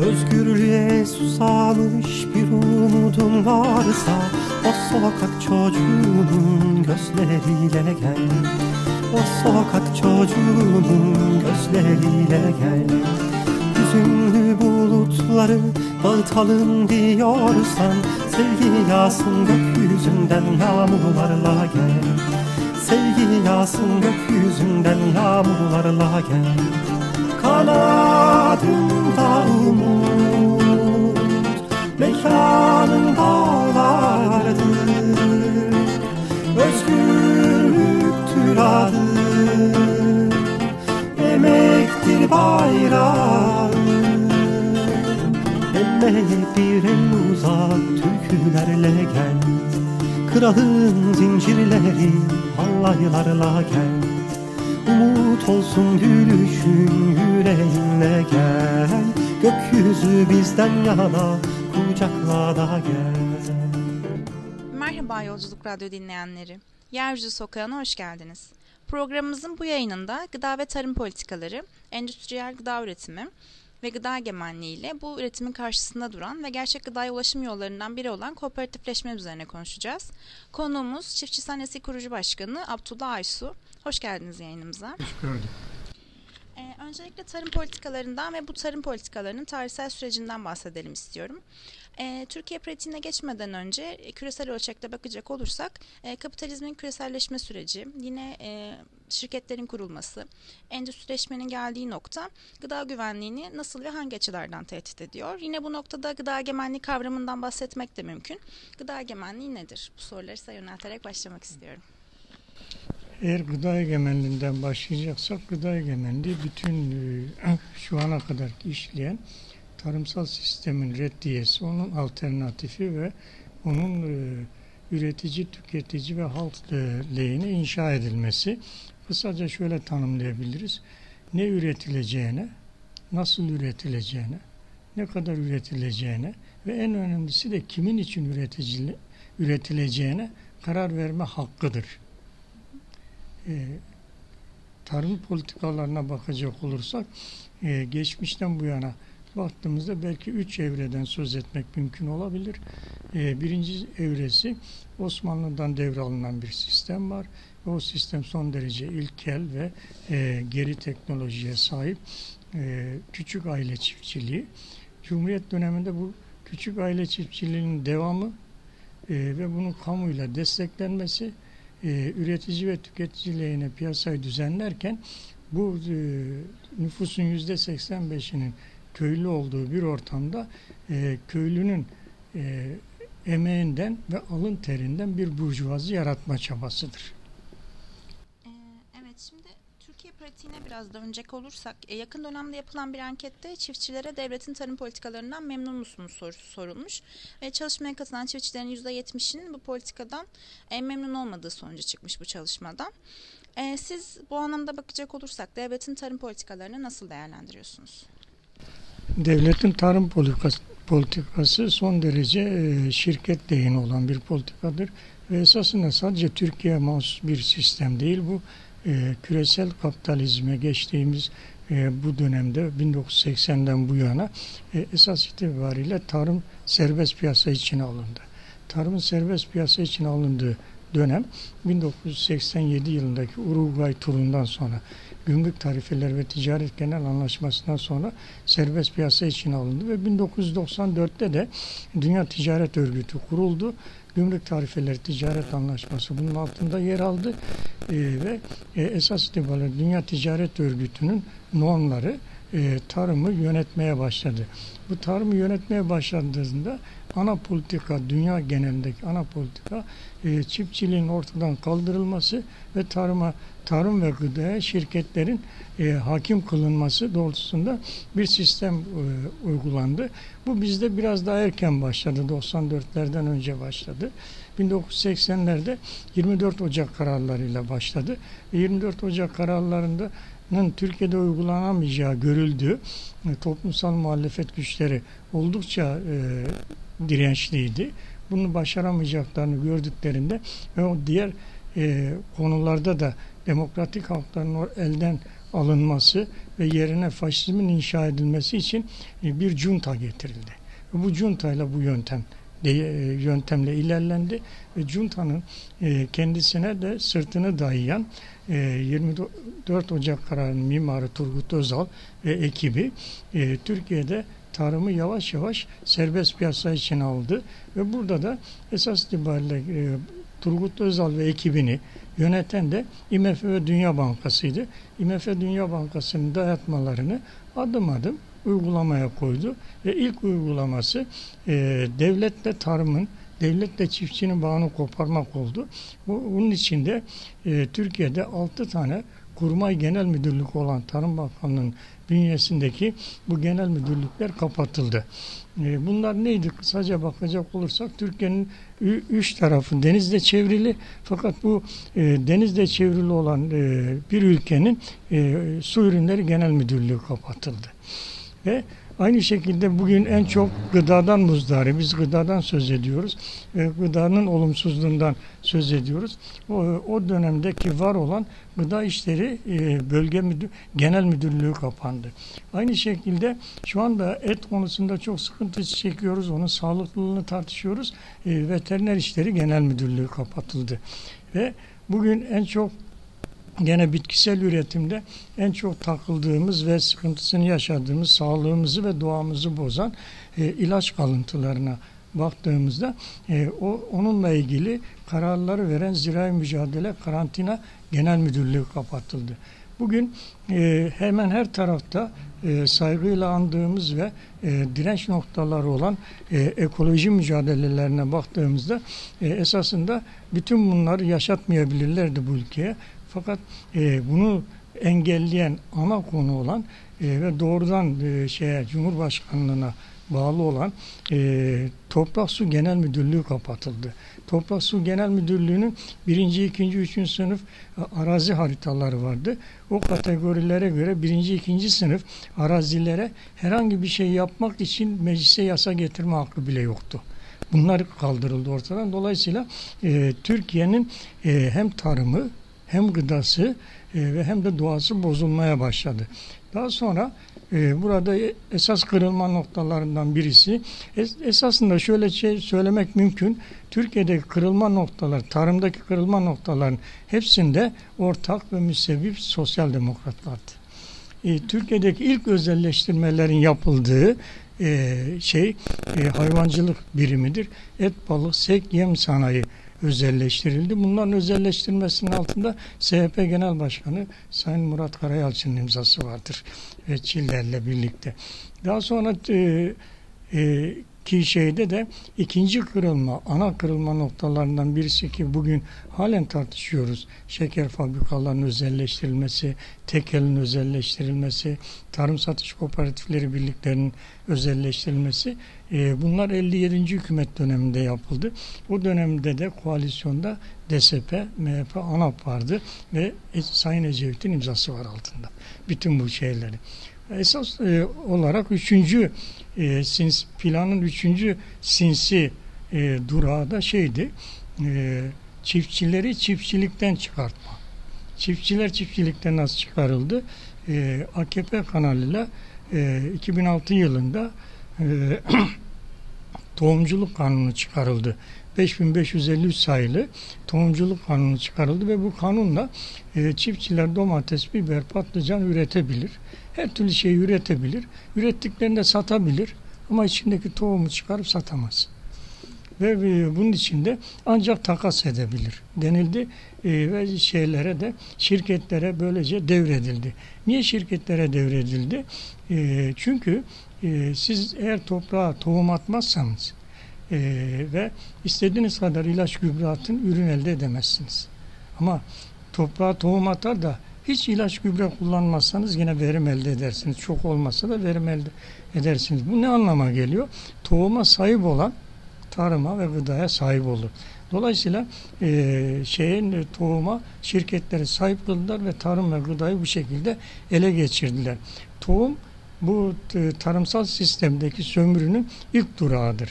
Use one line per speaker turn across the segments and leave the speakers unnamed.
Özgürlüğe susamış bir umudun varsa o sokak çocuğunun gözleriyle gel. O sokak çocuğunun gözleriyle gel. Hüzünlü bulutları dağıtalım diyorsan sevgi yağsın gökyüzünden yağmurlarla gel. Sevgi yağsın gökyüzünden yağmurlarla gel. Kanadında umut, mekanın dağlardır. Özgürlüktür adı, emektir bayrağı. Eline bir el uzat, türkülerle gel. Kralın zincirleri halaylarla gel. Umut olsun gülüşün yüreğinle gel. Gökyüzü bizden yana, kucakla da gel.
Merhaba Yolculuk Radyo dinleyenleri. Yeryüzü Sokağı'na hoş geldiniz. Programımızın bu yayınında gıda ve tarım politikaları, endüstriyel gıda üretimi ve gıda egemenliği ile bu üretimin karşısında duran ve gerçek gıdaya ulaşım yollarından biri olan kooperatifleşme üzerine konuşacağız. Konuğumuz Çiftçi Sahnesi Kurucu Başkanı Abdullah Aysu. Hoş geldiniz yayınımıza.
Hoş gördük.
Öncelikle tarım politikalarından ve bu tarım politikalarının tarihsel sürecinden bahsedelim istiyorum. Türkiye pratiğine geçmeden önce küresel ölçekte bakacak olursak kapitalizmin küreselleşme süreci, yine şirketlerin kurulması, endüstrileşmenin geldiği nokta gıda güvenliğini nasıl ve hangi açılardan tehdit ediyor? Yine bu noktada gıda egemenliği kavramından bahsetmek de mümkün. Gıda egemenliği nedir? Bu soruları size yönelterek başlamak istiyorum.
Eğer gıda egemenliğinden başlayacaksak, gıda egemenliği bütün şu ana kadar işleyen tarımsal sistemin reddiyesi, onun alternatifi ve onun üretici, tüketici ve halk lehine inşa edilmesi. Kısaca şöyle tanımlayabiliriz. Ne üretileceğine, nasıl üretileceğine, ne kadar üretileceğine ve en önemlisi de kimin için üretileceğine karar verme hakkıdır. Tarım politikalarına bakacak olursak geçmişten bu yana baktığımızda belki 3 evreden söz etmek mümkün olabilir. Birinci evresi Osmanlı'dan devralınan bir sistem var. O sistem son derece ilkel ve geri teknolojiye sahip küçük aile çiftçiliği. Cumhuriyet döneminde bu küçük aile çiftçiliğinin devamı ve bunun kamuyla desteklenmesi üretici ve tüketici lehine piyasayı düzenlerken bu nüfusun %85'inin köylü olduğu bir ortamda köylünün emeğinden ve alın terinden bir burjuvazi yaratma çabasıdır.
Evet, şimdi Türkiye pratiğine biraz dönecek olursak yakın dönemde yapılan bir ankette çiftçilere devletin tarım politikalarından memnun musunuz sorusu sorulmuş ve çalışmaya katılan çiftçilerin %70'inin bu politikadan memnun olmadığı sonucu çıkmış bu çalışmadan. Siz bu anlamda bakacak olursak devletin tarım politikalarını nasıl değerlendiriyorsunuz?
Devletin tarım politikası son derece şirket lehine olan bir politikadır ve esasında sadece Türkiye'ye mahsus bir sistem değil bu. Küresel kapitalizme geçtiğimiz bu dönemde 1980'den bu yana esas itibariyle tarım serbest piyasa içine alındı. Tarımın serbest piyasa içine alındığı dönem 1987 yılındaki Uruguay turundan sonra gümrük tarifeler ve ticaret genel anlaşmasından sonra serbest piyasa içine alındı ve 1994'te de Dünya Ticaret Örgütü kuruldu. Gümrük tarifeleri ticaret anlaşması bunun altında yer aldı ve esas itibariyle Dünya Ticaret Örgütü'nün normları tarımı yönetmeye başladı. Bu tarımı yönetmeye başladığında ana politika, dünya genelindeki ana politika çiftçiliğin ortadan kaldırılması ve tarım ve gıdaya şirketlerin hakim kılınması doğrultusunda bir sistem uygulandı. Bu bizde biraz daha erken başladı. 94'lerden önce başladı. 1980'lerde 24 Ocak kararlarıyla başladı. 24 Ocak kararlarında Türkiye'de uygulanamayacağı görüldü. Toplumsal muhalefet güçleri oldukça dirençliydi. Bunu başaramayacaklarını gördüklerinde ve o diğer konularda da demokratik hakların elden alınması ve yerine faşizmin inşa edilmesi için bir junta getirildi. Bu juntayla bu yöntemle ilerlendi ve juntanın kendisine de sırtını dayayan 24 Ocak kararının mimarı Turgut Özal ve ekibi Türkiye'de tarımı yavaş yavaş serbest piyasa için aldı ve burada da esas itibariyle Turgut Özal ve ekibini yöneten de IMF ve Dünya Bankası'ydı. IMF ve Dünya Bankası'nın dayatmalarını adım adım uygulamaya koydu ve ilk uygulaması devletle tarımın, devletle çiftçinin bağını koparmak oldu. Bunun için de Türkiye'de 6 tane kurmay genel müdürlük olan Tarım Bakanlığı'nın bünyesindeki bu genel müdürlükler kapatıldı. Bunlar neydi? Kısaca bakacak olursak Türkiye'nin 3 tarafı denizle çevrili, fakat bu denizle çevrili olan bir ülkenin su ürünleri genel müdürlüğü kapatıldı. Ve aynı şekilde bugün en çok gıdadan muzdarip, biz gıdadan söz ediyoruz. Gıdanın olumsuzluğundan söz ediyoruz. O dönemdeki var olan Gıda İşleri Genel Müdürlüğü kapandı. Aynı şekilde şu anda et konusunda çok sıkıntı çekiyoruz. Onun sağlıklılığını tartışıyoruz. Veteriner İşleri Genel Müdürlüğü kapatıldı. Ve bugün en çok gene bitkisel üretimde en çok takıldığımız ve sıkıntısını yaşadığımız, sağlığımızı ve doğamızı bozan ilaç kalıntılarına baktığımızda onunla ilgili kararları veren Zirai Mücadele Karantina Genel Müdürlüğü kapatıldı. Bugün hemen her tarafta saygıyla andığımız ve direnç noktaları olan ekoloji mücadelelerine baktığımızda esasında bütün bunları yaşatmayabilirlerdi bu ülkeye. Fakat bunu engelleyen ana konu olan ve doğrudan Cumhurbaşkanlığına bağlı olan Toprak Su Genel Müdürlüğü kapatıldı. Toprak Su Genel Müdürlüğü'nün 1., 2., 3. sınıf arazi haritaları vardı. O kategorilere göre 1., 2. sınıf arazilere herhangi bir şey yapmak için meclise yasa getirme hakkı bile yoktu. Bunlar kaldırıldı ortadan. Dolayısıyla Türkiye'nin hem tarımı hem gıdası ve hem de doğası bozulmaya başladı. Daha sonra burada esas kırılma noktalarından birisi, esasında şöyle söylemek mümkün, Türkiye'deki kırılma noktalar, tarımdaki kırılma noktaların hepsinde ortak ve müsebbip sosyal demokratlardı. Türkiye'deki ilk özelleştirmelerin yapıldığı hayvancılık birimidir. Et, balık, sek, yem sanayi özelleştirildi. Bunların özelleştirilmesinin altında CHP Genel Başkanı Sayın Murat Karayalçı'nın imzası vardır. Çiller'le birlikte. Daha sonra de ikinci kırılma, ana kırılma noktalarından birisi ki bugün halen tartışıyoruz. Şeker fabrikalarının özelleştirilmesi, tekelin özelleştirilmesi, tarım satış kooperatifleri birliklerinin özelleştirilmesi. Bunlar 57. hükümet döneminde yapıldı. O dönemde de koalisyonda DSP, MHP, ANAP vardı ve Sayın Ecevit'in imzası var altında. Bütün bu şeyleri. Esas olarak planın 3. sinsi durağı da çiftçileri çiftçilikten çıkartma. Çiftçiler çiftçilikten nasıl çıkarıldı? AKP kanalıyla 2006 yılında tohumculuk kanunu çıkarıldı. 5553 sayılı tohumculuk kanunu çıkarıldı ve bu kanunla çiftçiler domates, biber, patlıcan üretebilir. Her türlü şeyi üretebilir. Ürettiklerini de satabilir. Ama içindeki tohumu çıkarıp satamaz. Ve bunun içinde ancak takas edebilir denildi. Ve şirketlere böylece devredildi. Niye şirketlere devredildi? Çünkü siz eğer toprağa tohum atmazsanız ve istediğiniz kadar ilaç gübre atın, ürün elde edemezsiniz. Ama toprağa tohum atar da hiç ilaç gübre kullanmazsanız yine verim elde edersiniz. Çok olmasa da verim elde edersiniz. Bu ne anlama geliyor? Tohuma sahip olan tarıma ve gıdaya sahip olur. Dolayısıyla tohuma şirketleri sahip kıldılar ve tarım ve gıdayı bu şekilde ele geçirdiler. Tohum bu tarımsal sistemdeki sömürünün ilk durağıdır.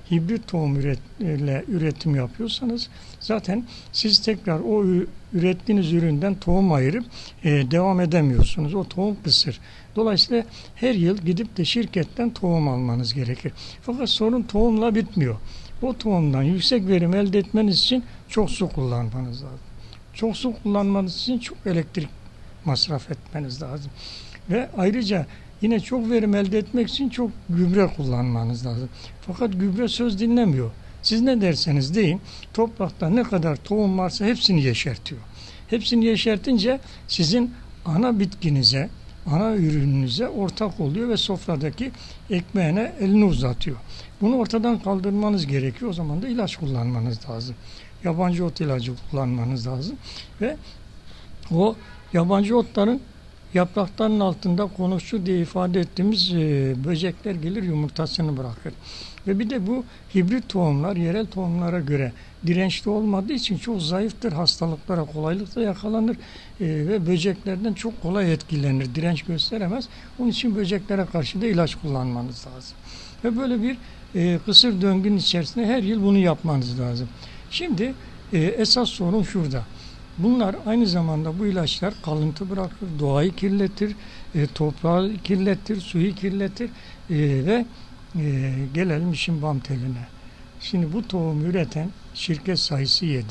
hibrit tohum üretim yapıyorsanız zaten siz tekrar o ürettiğiniz üründen tohum ayırıp devam edemiyorsunuz. O tohum kısır. Dolayısıyla her yıl gidip de şirketten tohum almanız gerekir. Fakat sorun tohumla bitmiyor. O tohumdan yüksek verim elde etmeniz için çok su kullanmanız lazım. Çok su kullanmanız için çok elektrik masraf etmeniz lazım. Ve ayrıca yine çok verim elde etmek için çok gübre kullanmanız lazım. Fakat gübre söz dinlemiyor. Siz ne derseniz deyin, toprakta ne kadar tohum varsa hepsini yeşertiyor. Hepsini yeşertince sizin ana bitkinize, ana ürününüze ortak oluyor ve sofradaki ekmeğine elini uzatıyor. Bunu ortadan kaldırmanız gerekiyor. O zaman da ilaç kullanmanız lazım. Yabancı ot ilacı kullanmanız lazım. Ve o yabancı otların yapraklarının altında konuşçu diye ifade ettiğimiz böcekler gelir, yumurtasını bırakır. Ve bir de bu hibrit tohumlar yerel tohumlara göre dirençli olmadığı için çok zayıftır. Hastalıklara kolaylıkla yakalanır ve böceklerden çok kolay etkilenir. Direnç gösteremez. Onun için böceklere karşı da ilaç kullanmanız lazım. Ve böyle bir kısır döngünün içerisinde her yıl bunu yapmanız lazım. Şimdi esas sorun şurada. Bunlar aynı zamanda bu ilaçlar kalıntı bırakır, doğayı kirletir, toprağı kirletir, suyu kirletir ve gelelim işin bam teline. Şimdi bu tohumu üreten şirket sayısı 7.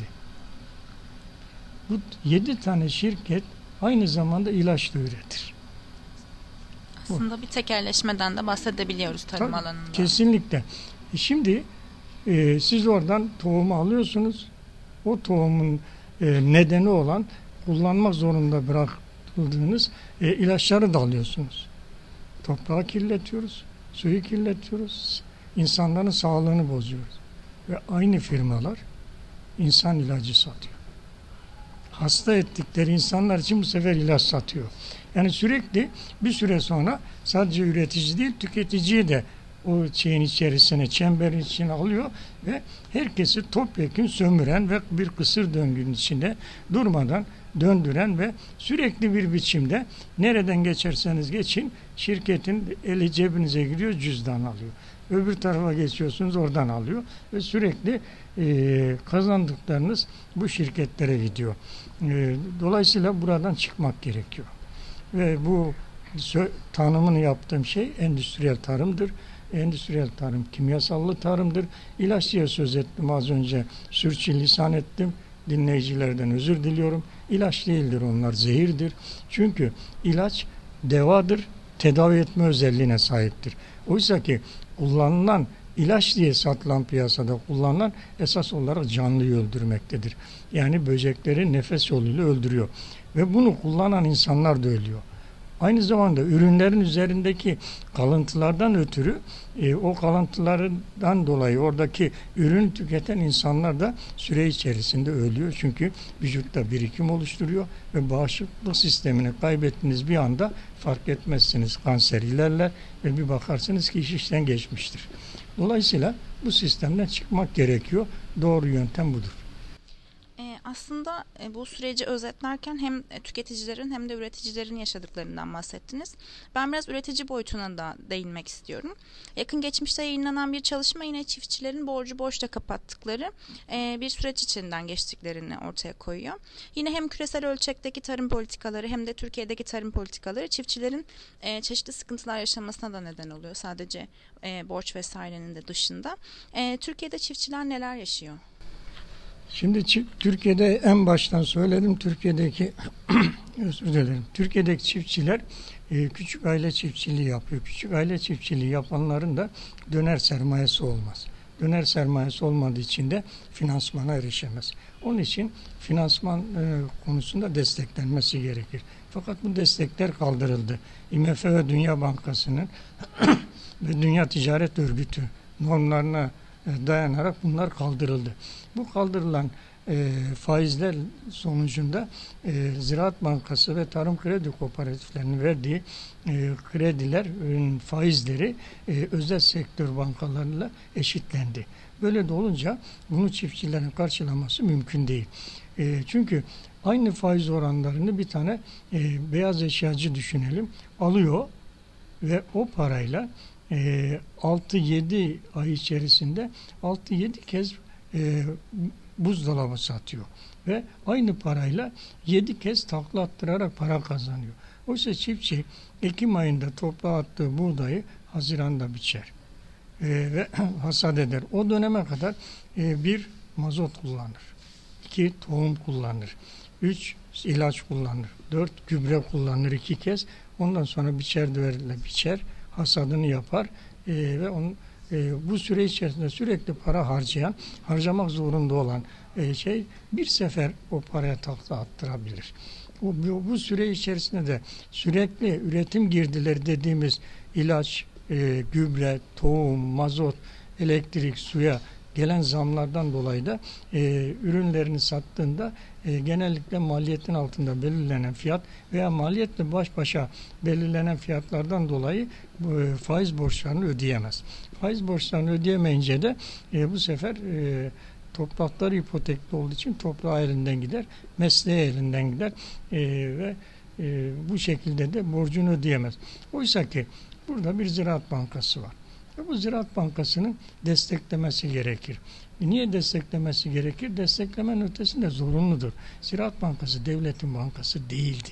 Bu 7 tane şirket aynı zamanda ilaç da üretir.
Aslında bir tekelleşmeden de bahsedebiliyoruz tarım alanında.
Kesinlikle. Şimdi siz oradan tohumu alıyorsunuz. O tohumun nedeni olan kullanmak zorunda bırakıldığınız ilaçları da alıyorsunuz. Toprağı kirletiyoruz, suyu kirletiyoruz, insanların sağlığını bozuyoruz. Ve aynı firmalar insan ilacı satıyor. Hasta ettikleri insanlar için bu sefer ilaç satıyor. Yani sürekli bir süre sonra sadece üretici değil, tüketiciyi de o şeyin içerisine, çemberin içine alıyor ve herkesi topyekun sömüren ve bir kısır döngünün içinde durmadan döndüren ve sürekli bir biçimde nereden geçerseniz geçin şirketin eli cebinize giriyor, cüzdan alıyor. Öbür tarafa geçiyorsunuz, oradan alıyor ve sürekli kazandıklarınız bu şirketlere gidiyor. Dolayısıyla buradan çıkmak gerekiyor. Ve bu tanımını yaptığım şey endüstriyel tarımdır. Endüstriyel tarım kimyasallı tarımdır. İlaç diye söz ettim az önce, sürçülisan ettim. Dinleyicilerden özür diliyorum. İlaç değildir onlar, zehirdir. Çünkü ilaç devadır, tedavi etme özelliğine sahiptir. Oysa ki kullanılan ilaç diye satılan piyasada kullanılan esas olarak canlıyı öldürmektedir. Yani böcekleri nefes yoluyla öldürüyor. Ve bunu kullanan insanlar da ölüyor. Aynı zamanda ürünlerin üzerindeki kalıntılardan ötürü o kalıntılardan dolayı oradaki ürünü tüketen insanlar da süre içerisinde ölüyor. Çünkü vücutta birikim oluşturuyor ve bağışıklık sistemini kaybettiğiniz bir anda fark etmezsiniz. Kanser ilerler ve bir bakarsınız ki iş işten geçmiştir. Dolayısıyla bu sistemden çıkmak gerekiyor. Doğru yöntem budur.
Aslında bu süreci özetlerken hem tüketicilerin hem de üreticilerin yaşadıklarından bahsettiniz. Ben biraz üretici boyutuna da değinmek istiyorum. Yakın geçmişte yayınlanan bir çalışma yine çiftçilerin borcu borçla kapattıkları bir süreç içinden geçtiklerini ortaya koyuyor. Yine hem küresel ölçekteki tarım politikaları hem de Türkiye'deki tarım politikaları çiftçilerin çeşitli sıkıntılar yaşamasına da neden oluyor. Sadece borç vesairenin de dışında. Türkiye'de çiftçiler neler yaşıyor?
Şimdi Türkiye'de en baştan söyledim, Türkiye'deki özür dilerim. Türkiye'deki çiftçiler küçük aile çiftçiliği yapıyor. Küçük aile çiftçiliği yapanların da döner sermayesi olmaz. Döner sermayesi olmadığı için de finansmana erişemez. Onun için finansman konusunda desteklenmesi gerekir. Fakat bu destekler kaldırıldı. IMF ve Dünya Bankası'nın ve Dünya Ticaret Örgütü normlarına dayanarak bunlar kaldırıldı. Bu kaldırılan faizler sonucunda Ziraat Bankası ve Tarım Kredi Kooperatiflerinin verdiği kredilerin faizleri özel sektör bankalarıyla eşitlendi. Böyle de olunca bunu çiftçilerin karşılaması mümkün değil. Çünkü aynı faiz oranlarını bir tane beyaz eşyacı düşünelim alıyor ve o parayla 6-7 ay içerisinde 6-7 kez buzdolabı satıyor. Ve aynı parayla 7 kez takla attırarak para kazanıyor. Oysa çiftçi Ekim ayında toprağa attığı buğdayı Haziran'da biçer. Ve hasat eder. O döneme kadar bir mazot kullanır. 2 tohum kullanır. 3 ilaç kullanır. 4 gübre kullanır 2 kez. Ondan sonra biçer düverle biçer. Hasadını yapar. Ve onun bu süre içerisinde sürekli para harcayan, harcamak zorunda olan bir sefer o paraya takla attırabilir. Bu süre içerisinde de sürekli üretim girdileri dediğimiz ilaç, gübre, tohum, mazot, elektrik, suya gelen zamlardan dolayı da ürünlerini sattığında genellikle maliyetin altında belirlenen fiyat veya maliyetle baş başa belirlenen fiyatlardan dolayı faiz borçlarını ödeyemez. Faiz borçlarını ödeyemeyince de bu sefer toprakları ipotekli olduğu için toprağı elinden gider, mesleği elinden gider ve bu şekilde de borcunu ödeyemez. Oysa ki burada bir Ziraat Bankası var. Ve bu Ziraat Bankası'nın desteklemesi gerekir. Niye desteklemesi gerekir? Desteklemenin ötesinde zorunludur. Ziraat Bankası devletin bankası değildi.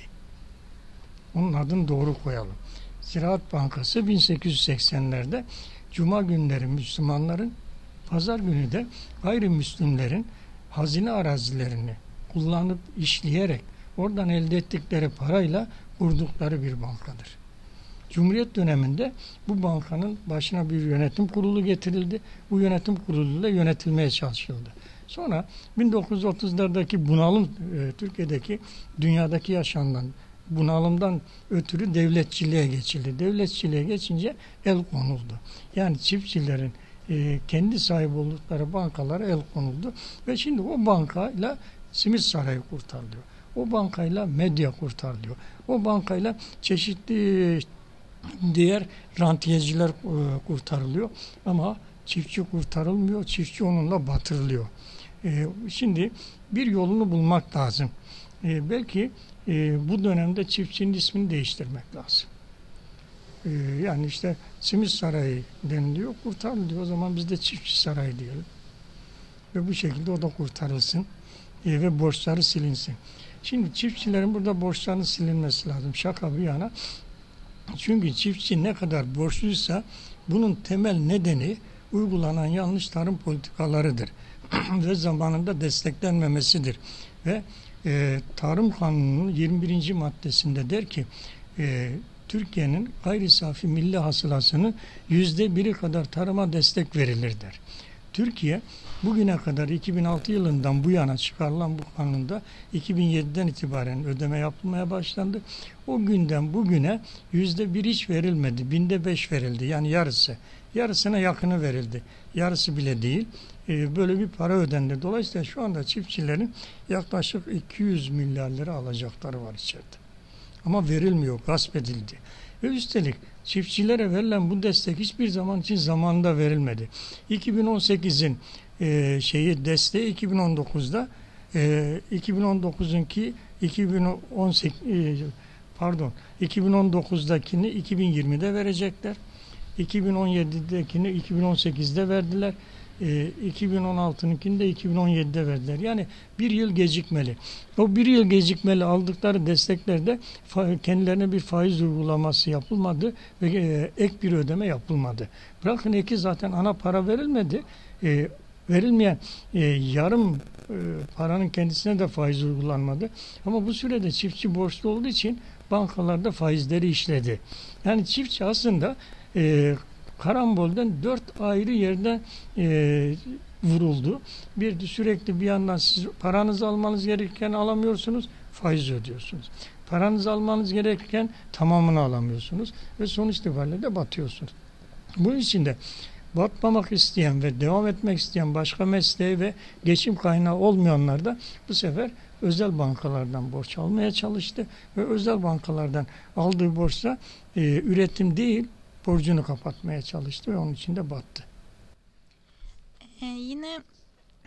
Onun adını doğru koyalım. Ziraat Bankası 1880'lerde Cuma günleri Müslümanların, Pazar günü de gayrimüslimlerin hazine arazilerini kullanıp işleyerek oradan elde ettikleri parayla kurdukları bir bankadır. Cumhuriyet döneminde bu bankanın başına bir yönetim kurulu getirildi. Bu yönetim kuruluyla yönetilmeye çalışıldı. Sonra 1930'lardaki bunalım, Türkiye'deki, dünyadaki yaşanan bunalımdan ötürü devletçiliğe geçildi. Devletçiliğe geçince el konuldu. Yani çiftçilerin kendi sahip oldukları bankalara el konuldu. Ve şimdi o bankayla Simit Sarayı kurtarılıyor. O bankayla medya kurtarılıyor. O bankayla çeşitli diğer rantiyeciler kurtarılıyor. Ama çiftçi kurtarılmıyor. Çiftçi onunla batırılıyor. Şimdi bir yolunu bulmak lazım. Belki bu dönemde çiftçinin ismini değiştirmek lazım. Yani işte Simit Sarayı deniliyor, kurtarılıyor. O zaman biz de Çiftçi Sarayı diyelim. Ve bu şekilde o da kurtarılsın ve borçları silinsin. Şimdi çiftçilerin burada borçlarının silinmesi lazım. Şaka bir yana. Çünkü çiftçi ne kadar borçluysa bunun temel nedeni uygulanan yanlış tarım politikalarıdır. Ve zamanında desteklenmemesidir. Ve Tarım Kanunu'nun 21. maddesinde der ki Türkiye'nin gayri safi milli hasılasının %1'i kadar tarıma destek verilir der. Türkiye bugüne kadar 2006 yılından bu yana çıkarılan bu kanunda 2007'den itibaren ödeme yapılmaya başlandı. O günden bugüne %1 hiç verilmedi. 5 verildi. Yani yarısı. Yarısına yakını verildi. Yarısı bile değil. Böyle bir para ödendi. Dolayısıyla şu anda çiftçilerin yaklaşık 200 milyar lira alacakları var içeride. Ama verilmiyor. Gasp edildi. Ve üstelik çiftçilere verilen bu destek hiçbir zaman için zamanında verilmedi. 2018'in desteği 2019'da 2019'unki 2019'dakini 2020'de verecekler. 2017'dekini 2018'de verdiler. 2016'nınkini de 2017'de verdiler. Yani bir yıl gecikmeli. O bir yıl gecikmeli aldıkları desteklerde kendilerine bir faiz uygulaması yapılmadı ve ek bir ödeme yapılmadı. Bırakın eki zaten ana para verilmedi. Verilmeyen yarım paranın kendisine de faiz uygulanmadı. Ama bu sürede çiftçi borçlu olduğu için bankalarda faizleri işledi. Yani çiftçi aslında karambolden 4 ayrı yerden vuruldu. Bir de sürekli bir yandan siz paranızı almanız gerekirken alamıyorsunuz, faiz ödüyorsunuz. Paranızı almanız gerekirken tamamını alamıyorsunuz ve sonuç itibariyle de batıyorsunuz. Bunun için de batmamak isteyen ve devam etmek isteyen başka mesleği ve geçim kaynağı olmayanlar da bu sefer özel bankalardan borç almaya çalıştı ve özel bankalardan aldığı borçla üretim değil, borcunu kapatmaya çalıştı ve onun için de battı.
Yine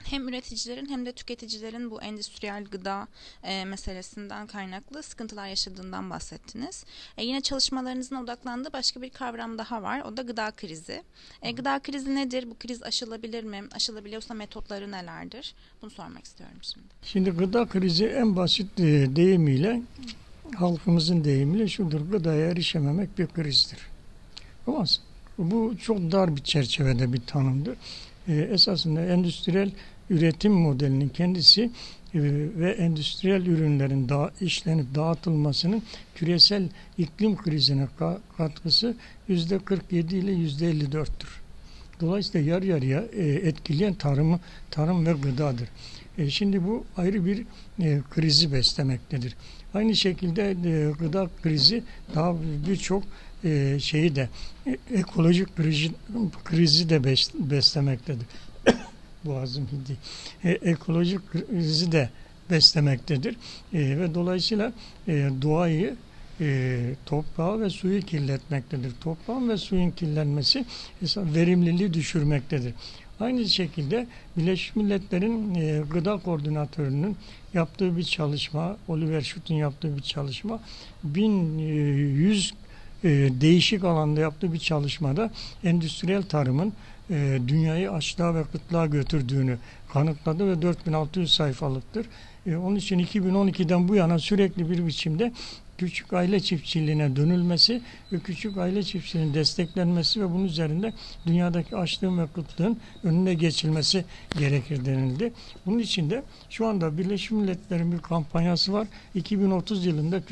hem üreticilerin hem de tüketicilerin bu endüstriyel gıda meselesinden kaynaklı sıkıntılar yaşadığından bahsettiniz. Yine çalışmalarınızın odaklandığı başka bir kavram daha var. O da gıda krizi. Gıda krizi nedir? Bu kriz aşılabilir mi? Aşılabiliyorsa metotları nelerdir? Bunu sormak istiyorum şimdi.
Şimdi gıda krizi en basit deyimiyle, halkımızın deyimiyle şudur: gıdaya erişememek bir krizdir. Ama bu çok dar bir çerçevede bir tanımdır. Esasında endüstriyel üretim modelinin kendisi ve endüstriyel ürünlerin işlenip dağıtılmasının küresel iklim krizine katkısı %47 ile %54'tür. Dolayısıyla yarı yarıya etkileyen tarım ve gıdadır. Şimdi bu ayrı bir krizi beslemektedir. Aynı şekilde gıda krizi daha birçok şeyi de ekolojik krizi de beslemektedir. Boğazım hindi. Ekolojik krizi de beslemektedir. Ve dolayısıyla doğayı, toprağı ve suyu kirletmektedir. Toprağın ve suyun kirlenmesi verimliliği düşürmektedir. Aynı şekilde Birleşmiş Milletler'in gıda koordinatörünün yaptığı bir çalışma, Oliver Schuet'ün yaptığı bir çalışma, 1100 değişik alanda yaptığı bir çalışmada endüstriyel tarımın dünyayı açlığa ve kıtlığa götürdüğünü kanıtladı ve 4600 sayfalıktır. Onun için 2012'den bu yana sürekli bir biçimde küçük aile çiftçiliğine dönülmesi ve küçük aile çiftçiliğinin desteklenmesi ve bunun üzerinde dünyadaki açlığın ve kıtlığın önüne geçilmesi gerekir denildi. Bunun için de şu anda Birleşmiş Milletler'in bir kampanyası var. 2030 yılında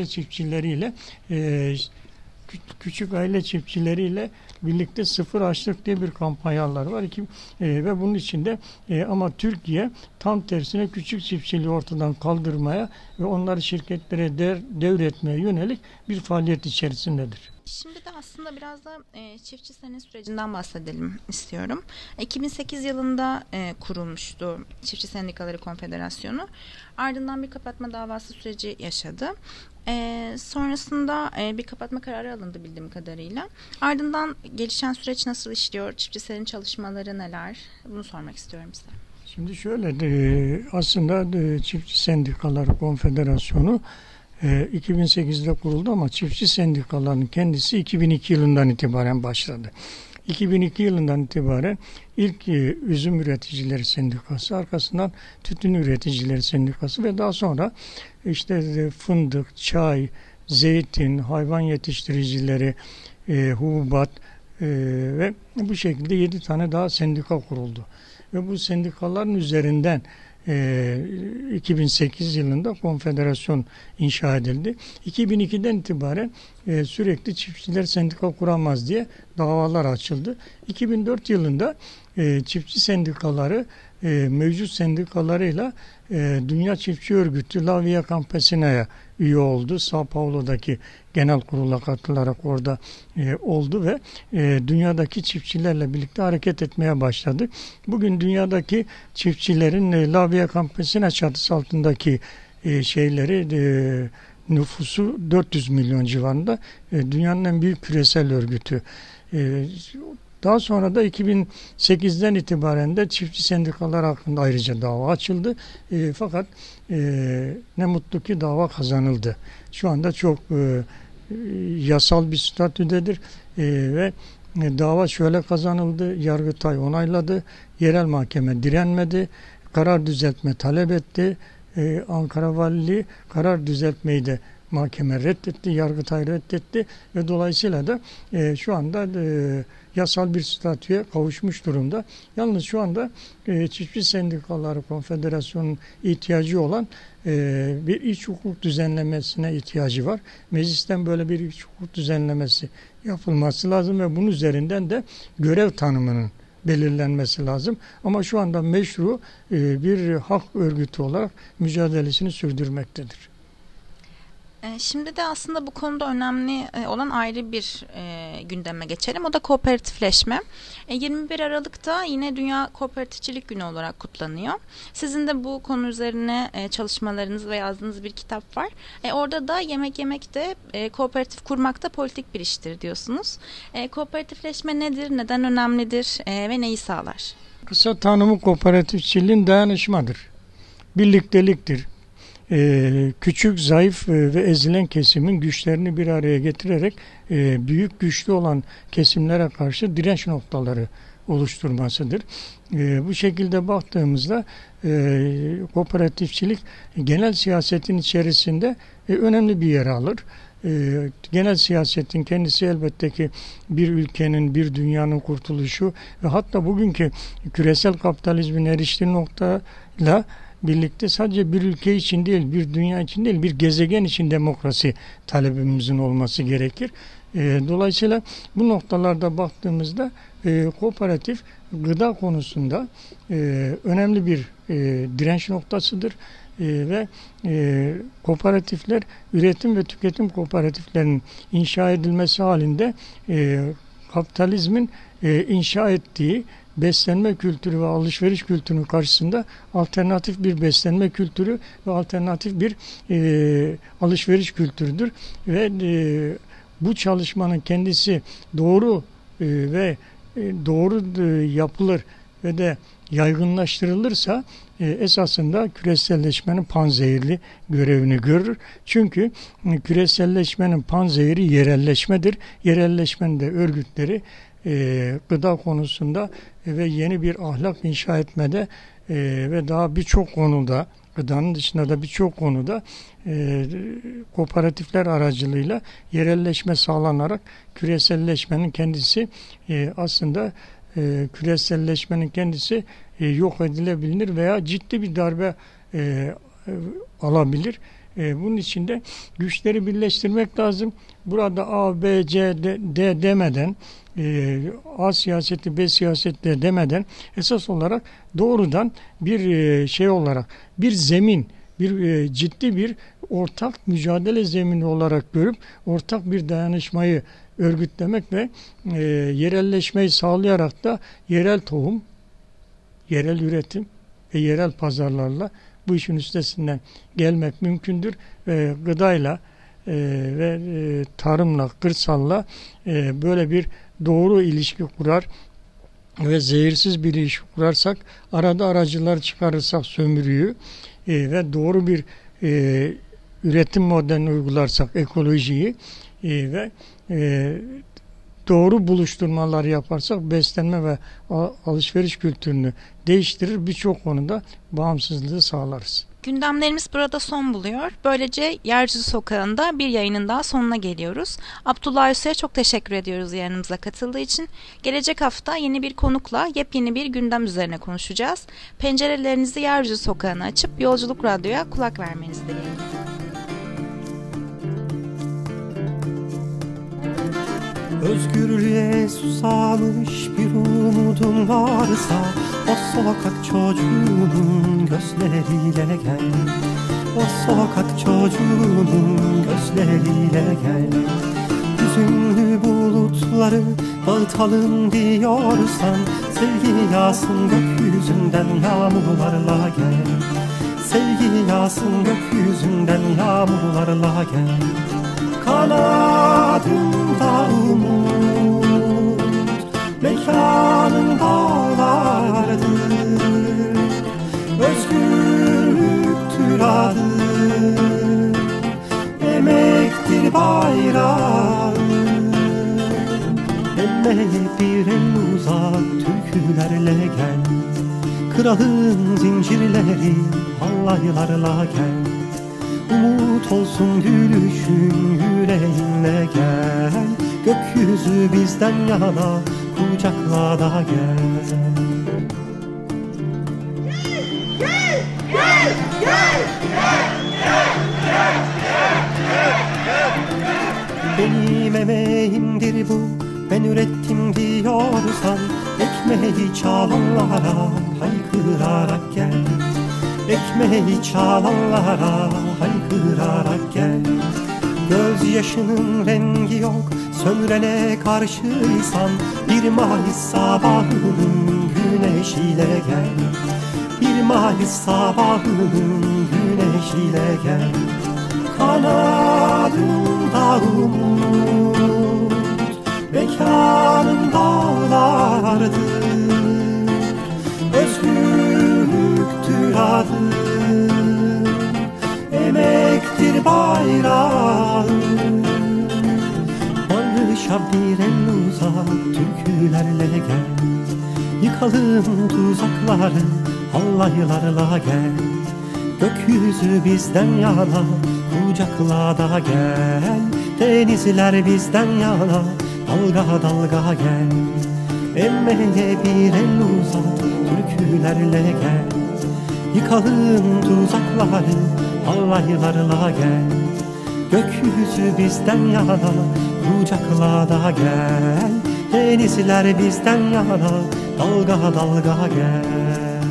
küçük aile çiftçileriyle birlikte sıfır açlık diye bir kampanyalar var. Ve bunun içinde ama Türkiye tam tersine küçük çiftçiliği ortadan kaldırmaya ve onları şirketlere devretmeye yönelik bir faaliyet içerisindedir.
Şimdi de aslında biraz da çiftçi sene sürecinden bahsedelim istiyorum. 2008 yılında kurulmuştu Çiftçi Sendikaları Konfederasyonu. Ardından bir kapatma davası süreci yaşadı. Sonrasında bir kapatma kararı alındı bildiğim kadarıyla. Ardından gelişen süreç nasıl işliyor? Çiftçi senin çalışmaları neler? Bunu sormak istiyorum size.
Şimdi şöyle, aslında Çiftçi Sendikaları Konfederasyonu 2008'de kuruldu ama çiftçi sendikalarının kendisi 2002 yılından itibaren başladı. 2002 yılından itibaren ilk üzüm üreticileri sendikası, arkasından tütün üreticileri sendikası ve daha sonra işte fındık, çay, zeytin, hayvan yetiştiricileri, hububat ve bu şekilde 7 tane daha sendika kuruldu. Ve bu sendikaların üzerinden 2008 yılında konfederasyon inşa edildi. 2002'den itibaren sürekli çiftçiler sendika kuramaz diye davalar açıldı. 2004 yılında çiftçi sendikaları mevcut sendikalarıyla Dünya Çiftçi Örgütü La Via Campesina'ya üye oldu. Sao Paulo'daki genel kurula katılarak orada oldu ve dünyadaki çiftçilerle birlikte hareket etmeye başladı. Bugün dünyadaki çiftçilerin La Via Campesina çatısı altındaki nüfusu 400 milyon civarında. Dünyanın en büyük küresel örgütü. Daha sonra da 2008'den itibaren de çiftçi sendikalar hakkında ayrıca dava açıldı. Fakat ne mutlu ki dava kazanıldı. Şu anda çok yasal bir statüdedir ve dava şöyle kazanıldı. Yargıtay onayladı. Yerel mahkeme direnmedi. Karar düzeltme talep etti. Ankara Valiliği karar düzeltmeyi de mahkeme reddetti, Yargıtay reddetti ve dolayısıyla da şu anda yasal bir statüye kavuşmuş durumda. Yalnız şu anda Çiftçi Sendikaları Konfederasyonu'nun ihtiyacı olan bir iç hukuk düzenlemesine ihtiyacı var. Meclisten böyle bir iç hukuk düzenlemesi yapılması lazım ve bunun üzerinden de görev tanımının belirlenmesi lazım. Ama şu anda meşru bir hak örgütü olarak mücadelesini sürdürmektedir.
Şimdi de aslında bu konuda önemli olan ayrı bir gündeme geçelim. O da kooperatifleşme. 21 Aralık'ta yine Dünya Kooperatifçilik Günü olarak kutlanıyor. Sizin de bu konu üzerine çalışmalarınız ve yazdığınız bir kitap var. Orada da yemek yemek de kooperatif kurmak da politik bir iştir diyorsunuz. Kooperatifleşme nedir, neden önemlidir ve neyi sağlar?
Kısa tanımı kooperatifçiliğin dayanışmadır, birlikteliktir. Küçük, zayıf ve ezilen kesimin güçlerini bir araya getirerek büyük, güçlü olan kesimlere karşı direnç noktaları oluşturmasıdır. Bu şekilde baktığımızda kooperatifçilik genel siyasetin içerisinde önemli bir yer alır. Genel siyasetin kendisi elbette ki bir ülkenin, bir dünyanın kurtuluşu ve hatta bugünkü küresel kapitalizmin eriştiği noktayla birlikte sadece bir ülke için değil, bir dünya için değil, bir gezegen için demokrasi talebimizin olması gerekir. Dolayısıyla bu noktalarda baktığımızda kooperatif gıda konusunda önemli bir direnç noktasıdır. Ve kooperatifler, üretim ve tüketim kooperatiflerinin inşa edilmesi halinde kapitalizmin inşa ettiği beslenme kültürü ve alışveriş kültürünün karşısında alternatif bir beslenme kültürü ve alternatif bir alışveriş kültürüdür. Ve bu çalışmanın kendisi doğru ve doğru yapılır ve de yaygınlaştırılırsa esasında küreselleşmenin panzehirli görevini görür. Çünkü küreselleşmenin panzehiri yerelleşmedir. Yerelleşmenin de örgütleri gıda konusunda ve yeni bir ahlak inşa etmede ve daha birçok konuda, gıdanın dışında da birçok konuda kooperatifler aracılığıyla yerelleşme sağlanarak küreselleşmenin kendisi aslında küreselleşmenin kendisi yok edilebilir veya ciddi bir darbe alabilir. Bunun için de güçleri birleştirmek lazım. Burada A, B, C, D demeden, A siyaseti, B siyaseti demeden esas olarak doğrudan bir şey olarak bir zemin, bir ciddi bir ortak mücadele zemini olarak görüp ortak bir dayanışmayı örgütlemek ve yerelleşmeyi sağlayarak da yerel tohum, yerel üretim ve yerel pazarlarla bu işin üstesinden gelmek mümkündür. Gıdayla ve tarımla, kırsalla böyle bir doğru ilişki kurar ve zehirsiz bir ilişki kurarsak, arada aracılar çıkarırsak sömürüyü ve doğru bir üretim modelini uygularsak ekolojiyi ve doğru buluşturmalar yaparsak beslenme ve alışveriş kültürünü değiştirir, birçok konuda bağımsızlığı sağlarız.
Gündemlerimiz burada son buluyor. Böylece Yeryüzü Sokağı'nda bir yayının daha sonuna geliyoruz. Abdullah Hüsey'e çok teşekkür ediyoruz yayınımıza katıldığı için. Gelecek hafta yeni bir konukla yepyeni bir gündem üzerine konuşacağız. Pencerelerinizi Yeryüzü Sokağı'na açıp Yolculuk Radyo'ya kulak vermenizi dilerim.
Özgürlüğe susamış bir umudun varsa o sokak çocuğunun gözleriyle gel. O sokak çocuğunun gözleriyle gel. Hüzünlü bulutları dağıtalım diyorsan sevgi yağsın gökyüzünden yağmurlarla gel. Sevgi yağsın gökyüzünden yağmurlarla gel. Kanadımda umut, mekanım dağlardır. Özgürlüktür adım, emektir bayrağım. Emeğe bir el uzat, türkülerle gel. Kralın zincirleri halaylarla gel. Umut olsun gülüşün yüreğinle gel. Gökyüzü bizden yana kucakla da gel. Benim emeğimdir bu, ben ürettim diyorsan ekmeği çalanlara haykırarak gel. Ekmeği çalanlara haykırarak gel. Gözyaşının rengi yok, sömürene karşıysan bir Mayıs sabahının güneşiyle gel. Bir Mayıs sabahının güneşiyle gel. Kanadımda umut, mekanım dağlardır. Türk'tir bayrağı. Barışa bir el uzat, türkülerle gel. Yıkalım tuzakları, halaylarla gel. Gökyüzü bizden yana, kucakla da gel. Denizler bizden yana, dalga dalga gel. Emmeye bir el uzat, türkülerle gel. Yıkalım tuzakları, halaylarla gel. Gökyüzü bizden yana, kucakla da gel. Denizler bizden yana, dalga dalga gel.